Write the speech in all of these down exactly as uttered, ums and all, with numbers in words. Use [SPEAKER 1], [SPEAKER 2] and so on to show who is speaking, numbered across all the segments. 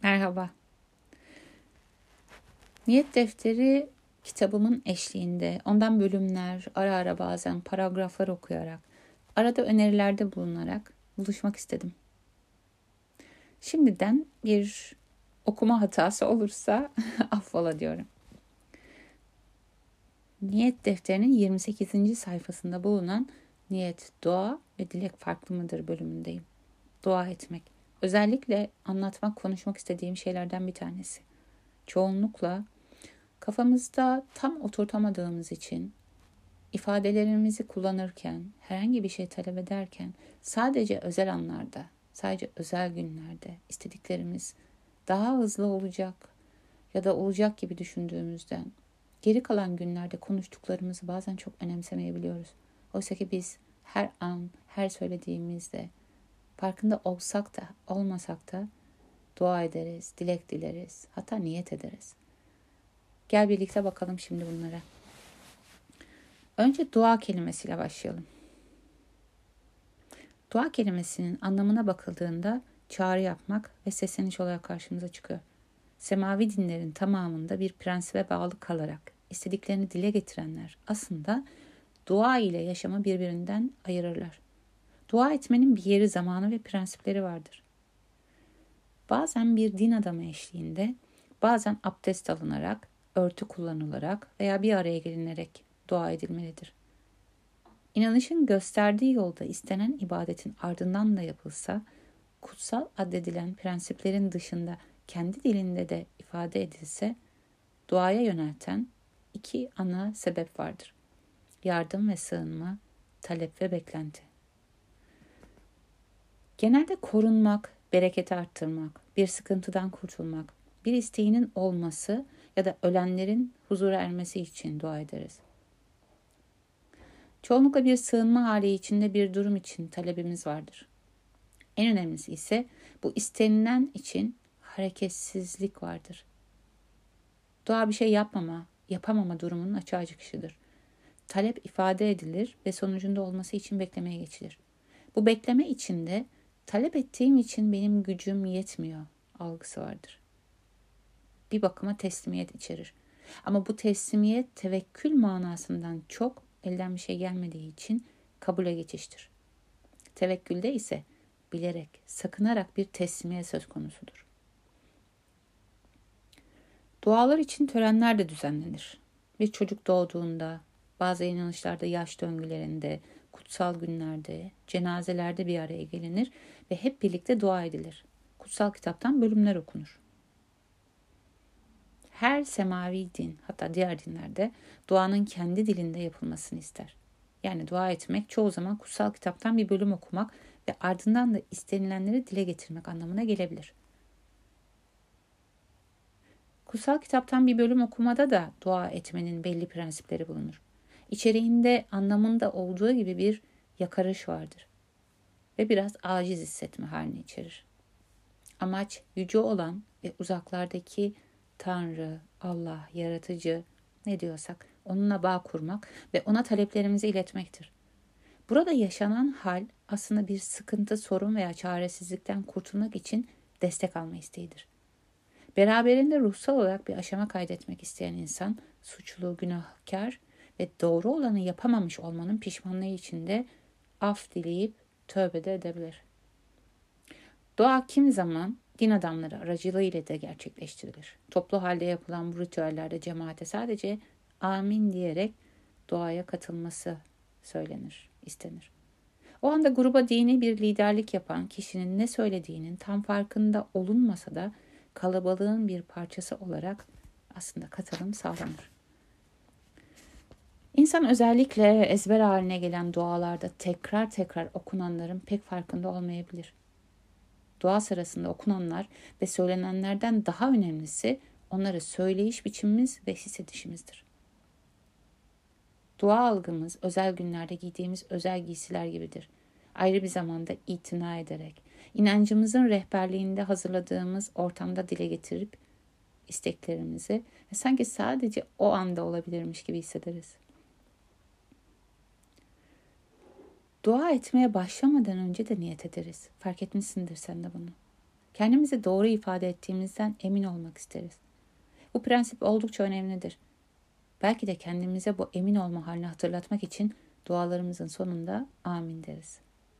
[SPEAKER 1] Merhaba. Niyet defteri kitabımın eşliğinde ondan bölümler, ara ara bazen paragraflar okuyarak, arada önerilerde bulunarak buluşmak istedim. Şimdiden bir okuma hatası olursa affola diyorum. Niyet defterinin yirmi sekizinci sayfasında bulunan niyet, dua ve dilek farklı mıdır bölümündeyim. Dua etmek. Özellikle anlatmak, konuşmak istediğim şeylerden bir tanesi. Çoğunlukla kafamızda tam oturtamadığımız için ifadelerimizi kullanırken, herhangi bir şey talep ederken sadece özel anlarda, sadece özel günlerde istediklerimiz daha hızlı olacak ya da olacak gibi düşündüğümüzden geri kalan günlerde konuştuklarımızı bazen çok önemsemeyebiliyoruz. Oysa ki biz her an, her söylediğimizde farkında olsak da olmasak da dua ederiz, dilek dileriz, hatta niyet ederiz. Gel birlikte bakalım şimdi bunlara. Önce dua kelimesiyle başlayalım. Dua kelimesinin anlamına bakıldığında çağrı yapmak ve sesleniş olarak karşımıza çıkıyor. Semavi dinlerin tamamında bir prensibe bağlı kalarak istediklerini dile getirenler aslında dua ile yaşamı birbirinden ayırırlar. Dua etmenin bir yeri, zamanı ve prensipleri vardır. Bazen bir din adamı eşliğinde, bazen abdest alınarak, örtü kullanılarak veya bir araya gelinerek dua edilmelidir. İnanışın gösterdiği yolda istenen ibadetin ardından da yapılsa, kutsal addedilen prensiplerin dışında kendi dilinde de ifade edilse, duaya yönelten iki ana sebep vardır. Yardım ve sığınma, talep ve beklenti. Genelde korunmak, bereketi arttırmak, bir sıkıntıdan kurtulmak, bir isteğinin olması ya da ölenlerin huzura ermesi için dua ederiz. Çoğunlukla bir sığınma hali içinde bir durum için talebimiz vardır. En önemlisi ise bu istenilen için hareketsizlik vardır. Dua bir şey yapmama, yapamama durumunun açığa çıkışıdır. Talep ifade edilir ve sonucunda olması için beklemeye geçilir. Bu bekleme içinde talep ettiğim için benim gücüm yetmiyor algısı vardır. Bir bakıma teslimiyet içerir. Ama bu teslimiyet tevekkül manasından çok elden bir şey gelmediği için kabule geçiştir. Tevekkülde ise bilerek, sakınarak bir teslimiyet söz konusudur. Dualar için törenler de düzenlenir. Bir çocuk doğduğunda, bazı inanışlarda yaş döngülerinde, kutsal günlerde, cenazelerde bir araya gelinir ve hep birlikte dua edilir. Kutsal kitaptan bölümler okunur. Her semavi din, hatta diğer dinlerde duanın kendi dilinde yapılmasını ister. Yani dua etmek çoğu zaman kutsal kitaptan bir bölüm okumak ve ardından da istenilenleri dile getirmek anlamına gelebilir. Kutsal kitaptan bir bölüm okumada da dua etmenin belli prensipleri bulunur. İçeriğinde anlamında olduğu gibi bir yakarış vardır ve biraz aciz hissetme halini içerir. Amaç yüce olan ve uzaklardaki Tanrı, Allah, Yaratıcı ne diyorsak onunla bağ kurmak ve ona taleplerimizi iletmektir. Burada yaşanan hal aslında bir sıkıntı, sorun veya çaresizlikten kurtulmak için destek alma isteğidir. Beraberinde ruhsal olarak bir aşama kaydetmek isteyen insan suçlu, günahkar ve doğru olanı yapamamış olmanın pişmanlığı içinde af dileyip tövbe de edebilir. Dua kim zaman din adamları aracılığıyla da gerçekleştirilir. Toplu halde yapılan bu ritüellerde cemaate sadece amin diyerek duaya katılması söylenir, istenir. O anda gruba dini bir liderlik yapan kişinin ne söylediğinin tam farkında olunmasa da kalabalığın bir parçası olarak aslında katılım sağlanır. İnsan özellikle ezber haline gelen dualarda tekrar tekrar okunanların pek farkında olmayabilir. Dua sırasında okunanlar ve söylenenlerden daha önemlisi onları söyleyiş biçimimiz ve hissedişimizdir. Dua algımız özel günlerde giydiğimiz özel giysiler gibidir. Ayrı bir zamanda itina ederek, inancımızın rehberliğinde hazırladığımız ortamda dile getirip isteklerimizi ve sanki sadece o anda olabilirmiş gibi hissederiz. Dua etmeye başlamadan önce de niyet ederiz. Fark etmişsindir sen de bunu. Kendimizi doğru ifade ettiğimizden emin olmak isteriz. Bu prensip oldukça önemlidir. Belki de kendimize bu emin olma halini hatırlatmak için dualarımızın sonunda amin deriz.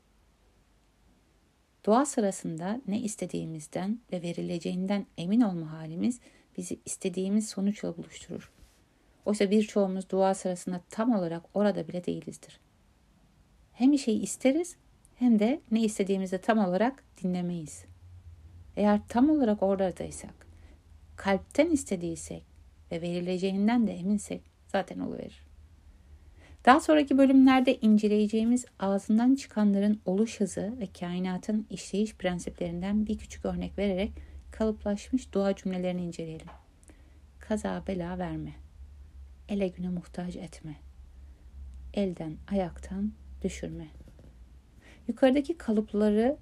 [SPEAKER 1] Dua sırasında ne istediğimizden ve verileceğinden emin olma halimiz bizi istediğimiz sonuçla buluşturur. Oysa birçoğumuz dua sırasında tam olarak orada bile değilizdir. Hem bir şey isteriz hem de ne istediğimizi tam olarak dinlemeyiz. Eğer tam olarak oradaysak, kalpten istediysek ve verileceğinden de eminsek zaten oluverir. Daha sonraki bölümlerde inceleyeceğimiz ağzından çıkanların oluş hızı ve kainatın işleyiş prensiplerinden bir küçük örnek vererek kalıplaşmış dua cümlelerini inceleyelim. Kaza bela verme, ele güne muhtaç etme, elden ayaktan düşürme. Yukarıdaki kalıpları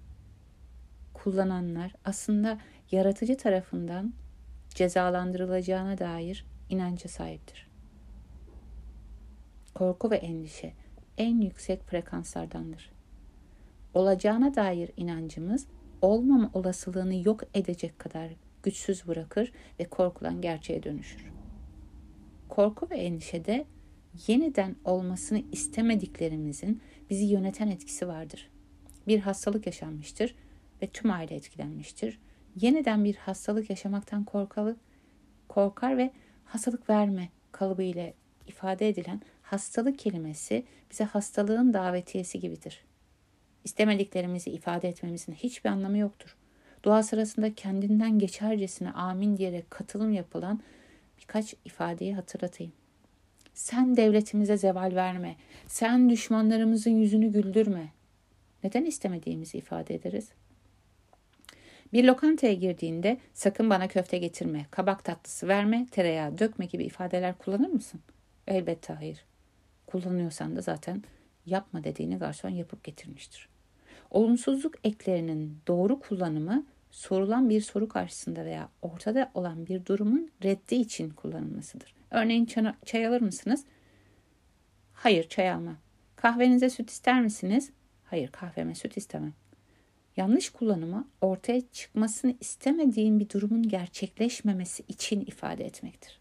[SPEAKER 1] kullananlar aslında yaratıcı tarafından cezalandırılacağına dair inanca sahiptir. Korku ve endişe en yüksek frekanslardandır. Olacağına dair inancımız olmama olasılığını yok edecek kadar güçsüz bırakır ve korkulan gerçeğe dönüşür. Korku ve endişede yeniden olmasını istemediklerimizin bizi yöneten etkisi vardır. Bir hastalık yaşanmıştır ve tüm aile etkilenmiştir. Yeniden bir hastalık yaşamaktan korkalı, korkar ve hastalık verme kalıbı ile ifade edilen hastalık kelimesi bize hastalığın davetiyesi gibidir. İstemediklerimizi ifade etmemizin hiçbir anlamı yoktur. Dua sırasında kendinden geçercesine amin diyerek katılım yapılan birkaç ifadeyi hatırlatayım. Sen devletimize zeval verme. Sen düşmanlarımızın yüzünü güldürme. Neden istemediğimizi ifade ederiz? Bir lokantaya girdiğinde sakın bana köfte getirme, kabak tatlısı verme, tereyağı dökme gibi ifadeler kullanır mısın? Elbette hayır. Kullanıyorsan da zaten yapma dediğini garson yapıp getirmiştir. Olumsuzluk eklerinin doğru kullanımı sorulan bir soru karşısında veya ortada olan bir durumun reddi için kullanılmasıdır. Örneğin çay alır mısınız? Hayır, çay almam. Kahvenize süt ister misiniz? Hayır, kahveme süt istemem. Yanlış kullanımı ortaya çıkmasını istemediğin bir durumun gerçekleşmemesi için ifade etmektir.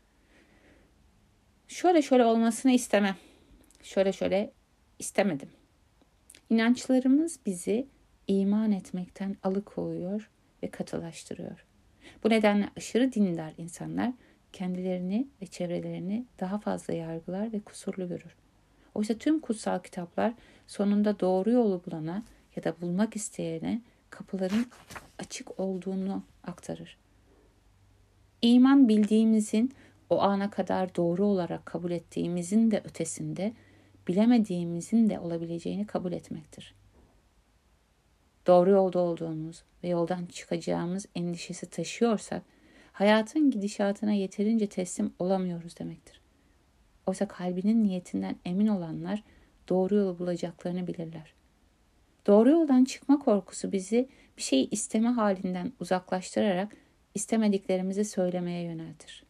[SPEAKER 1] Şöyle şöyle olmasını istemem. Şöyle şöyle istemedim. İnançlarımız bizi iman etmekten alıkoyuyor ve katılaştırıyor. Bu nedenle aşırı dindar insanlar kendilerini ve çevrelerini daha fazla yargılar ve kusurlu görür. Oysa tüm kutsal kitaplar sonunda doğru yolu bulana ya da bulmak isteyene kapıların açık olduğunu aktarır. İman bildiğimizin o ana kadar doğru olarak kabul ettiğimizin de ötesinde bilemediğimizin de olabileceğini kabul etmektir. Doğru yolda olduğumuz ve yoldan çıkacağımız endişesi taşıyorsak hayatın gidişatına yeterince teslim olamıyoruz demektir. Oysa kalbinin niyetinden emin olanlar doğru yolu bulacaklarını bilirler. Doğru yoldan çıkma korkusu bizi bir şeyi isteme halinden uzaklaştırarak istemediklerimizi söylemeye yöneltir.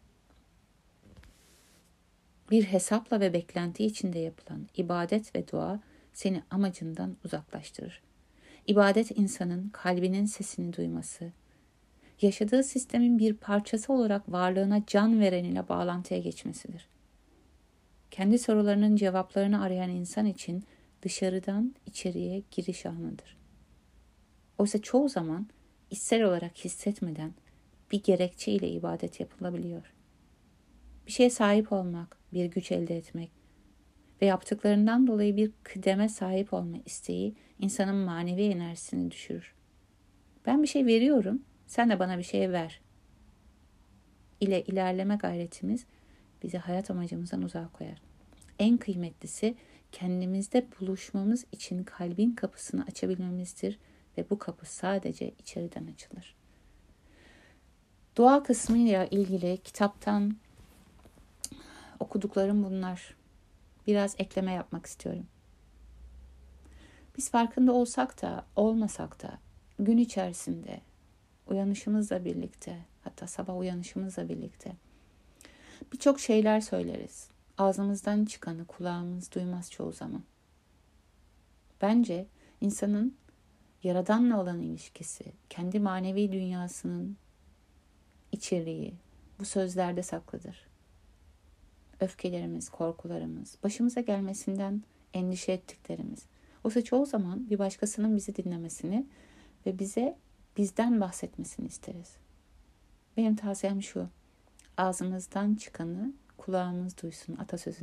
[SPEAKER 1] Bir hesapla ve beklenti içinde yapılan ibadet ve dua seni amacından uzaklaştırır. İbadet insanın kalbinin sesini duyması, yaşadığı sistemin bir parçası olarak varlığına can veren ile bağlantıya geçmesidir. Kendi sorularının cevaplarını arayan insan için dışarıdan içeriye giriş anıdır. Oysa çoğu zaman içsel olarak hissetmeden bir gerekçe ile ibadet yapılabiliyor. Bir şeye sahip olmak, bir güç elde etmek ve yaptıklarından dolayı bir kıdeme sahip olma isteği insanın manevi enerjisini düşürür. Ben bir şey veriyorum, sen de bana bir şey ver ile ilerleme gayretimiz bizi hayat amacımızdan uzak koyar. En kıymetlisi kendimizde buluşmamız için kalbin kapısını açabilmemizdir ve bu kapı sadece içeriden açılır. Dua kısmıyla ilgili kitaptan okuduklarım bunlar. Biraz ekleme yapmak istiyorum. Biz farkında olsak da olmasak da gün içerisinde uyanışımızla birlikte, hatta sabah uyanışımızla birlikte birçok şeyler söyleriz. Ağzımızdan çıkanı kulağımız duymaz çoğu zaman. Bence insanın Yaradan'la olan ilişkisi, kendi manevi dünyasının içeriği bu sözlerde saklıdır. Öfkelerimiz, korkularımız, başımıza gelmesinden endişe ettiklerimiz. Oysa çoğu zaman bir başkasının bizi dinlemesini ve bize bizden bahsetmesini isteriz. Benim tavsiyem şu: ağzımızdan çıkanı kulağımız duysun atasözü.